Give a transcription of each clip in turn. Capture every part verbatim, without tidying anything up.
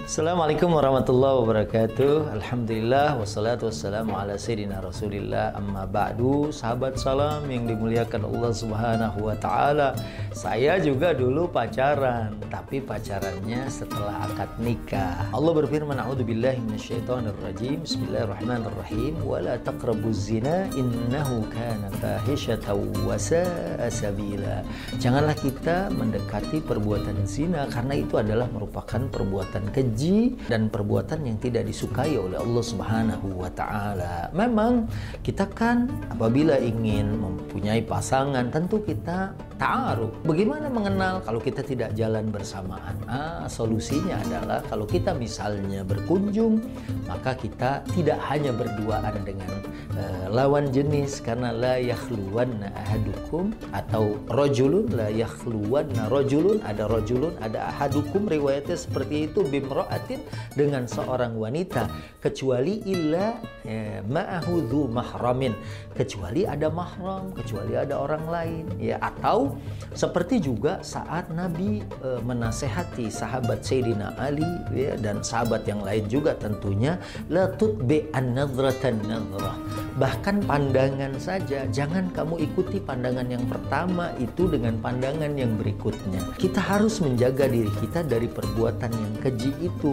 Assalamualaikum warahmatullahi wabarakatuh. Alhamdulillah wassalatu wassalamu ala sayyidina Rasulillah, amma ba'du. Sahabat salam yang dimuliakan Allah Subhanahu wa taala. Saya juga dulu pacaran, tapi pacarannya setelah akad nikah. Allah berfirman, a'udzubillahi minasyaitonir rajim. Bismillahirrahmanirrahim. Wala taqrabuz zina innahu kana fahisyatan wa sa'a sabila. Janganlah kita mendekati perbuatan zina karena itu adalah merupakan perbuatan keji dan perbuatan yang tidak disukai oleh Allah Subhanahu wa taala. Memang kita kan apabila ingin mempunyai pasangan tentu kita ta'aruf. Bagaimana mengenal kalau kita tidak jalan bersamaan? Ah, solusinya adalah kalau kita misalnya berkunjung, maka kita tidak hanya berduaan dengan uh, lawan jenis, karena la yakhluwanna ahadukum, atau rajulun la yakhluwanna rajulun, ada rajulun, ada ahadukum, riwayatnya seperti itu, bimra'atin, dengan seorang wanita, kecuali illa eh, ma'ahu dhu mahramin, kecuali ada mahram, kecuali ada orang lain, ya. Atau seperti juga saat Nabi e, menasehati sahabat Sayyidina Ali, ya, dan sahabat yang lain juga tentunya, la tutbi an-nadratan nadrah, bahkan pandangan saja jangan kamu ikuti pandangan yang pertama itu dengan pandangan yang berikutnya. Kita harus menjaga diri kita dari perbuatan yang keji itu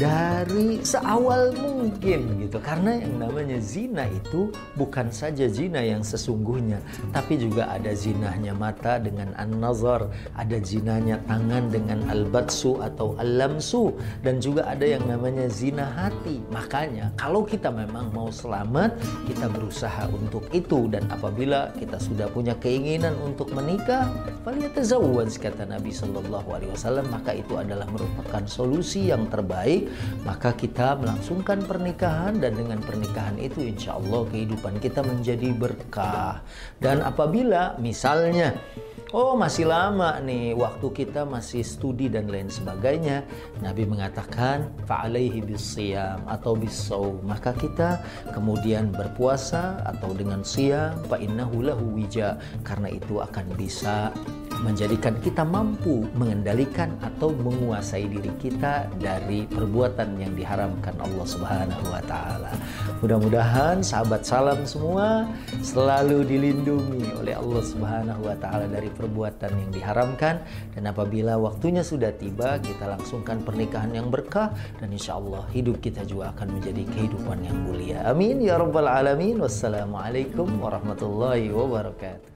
dari seawal mungkin gitu, karena yang namanya zina itu bukan saja zina yang sesungguhnya, tapi juga ada zinahnya mata dengan an-nazar, ada zinanya tangan dengan al-batsu atau al-lamsu, dan juga ada yang namanya zina hati. Makanya kalau kita memang mau selamat, kita berusaha untuk itu, dan apabila kita sudah punya keinginan untuk menikah, falyatazawwaj, kata Nabi sallallahu alaihi wasallam, maka itu adalah merupakan solusi yang terbaik. Maka kita melangsungkan pernikahan, dan dengan pernikahan itu insya Allah kehidupan kita menjadi berkah. Dan apabila misalnya oh masih lama nih, waktu kita masih studi dan lain sebagainya, Nabi mengatakan fa'alaihi bisiyam atau bisawm, maka kita kemudian berpuasa atau dengan siyam, fa innahu lahu wija, karena itu akan bisa menjadikan kita mampu mengendalikan atau menguasai diri kita dari perbuatan yang diharamkan Allah Subhanahu wa taala. Mudah-mudahan sahabat salam semua selalu dilindungi oleh Allah Subhanahu wa taala dari perbuatan yang diharamkan, dan apabila waktunya sudah tiba, kita langsungkan pernikahan yang berkah, dan insya Allah hidup kita juga akan menjadi kehidupan yang mulia. Amin ya rabbal alamin. Wassalamualaikum warahmatullahi wabarakatuh.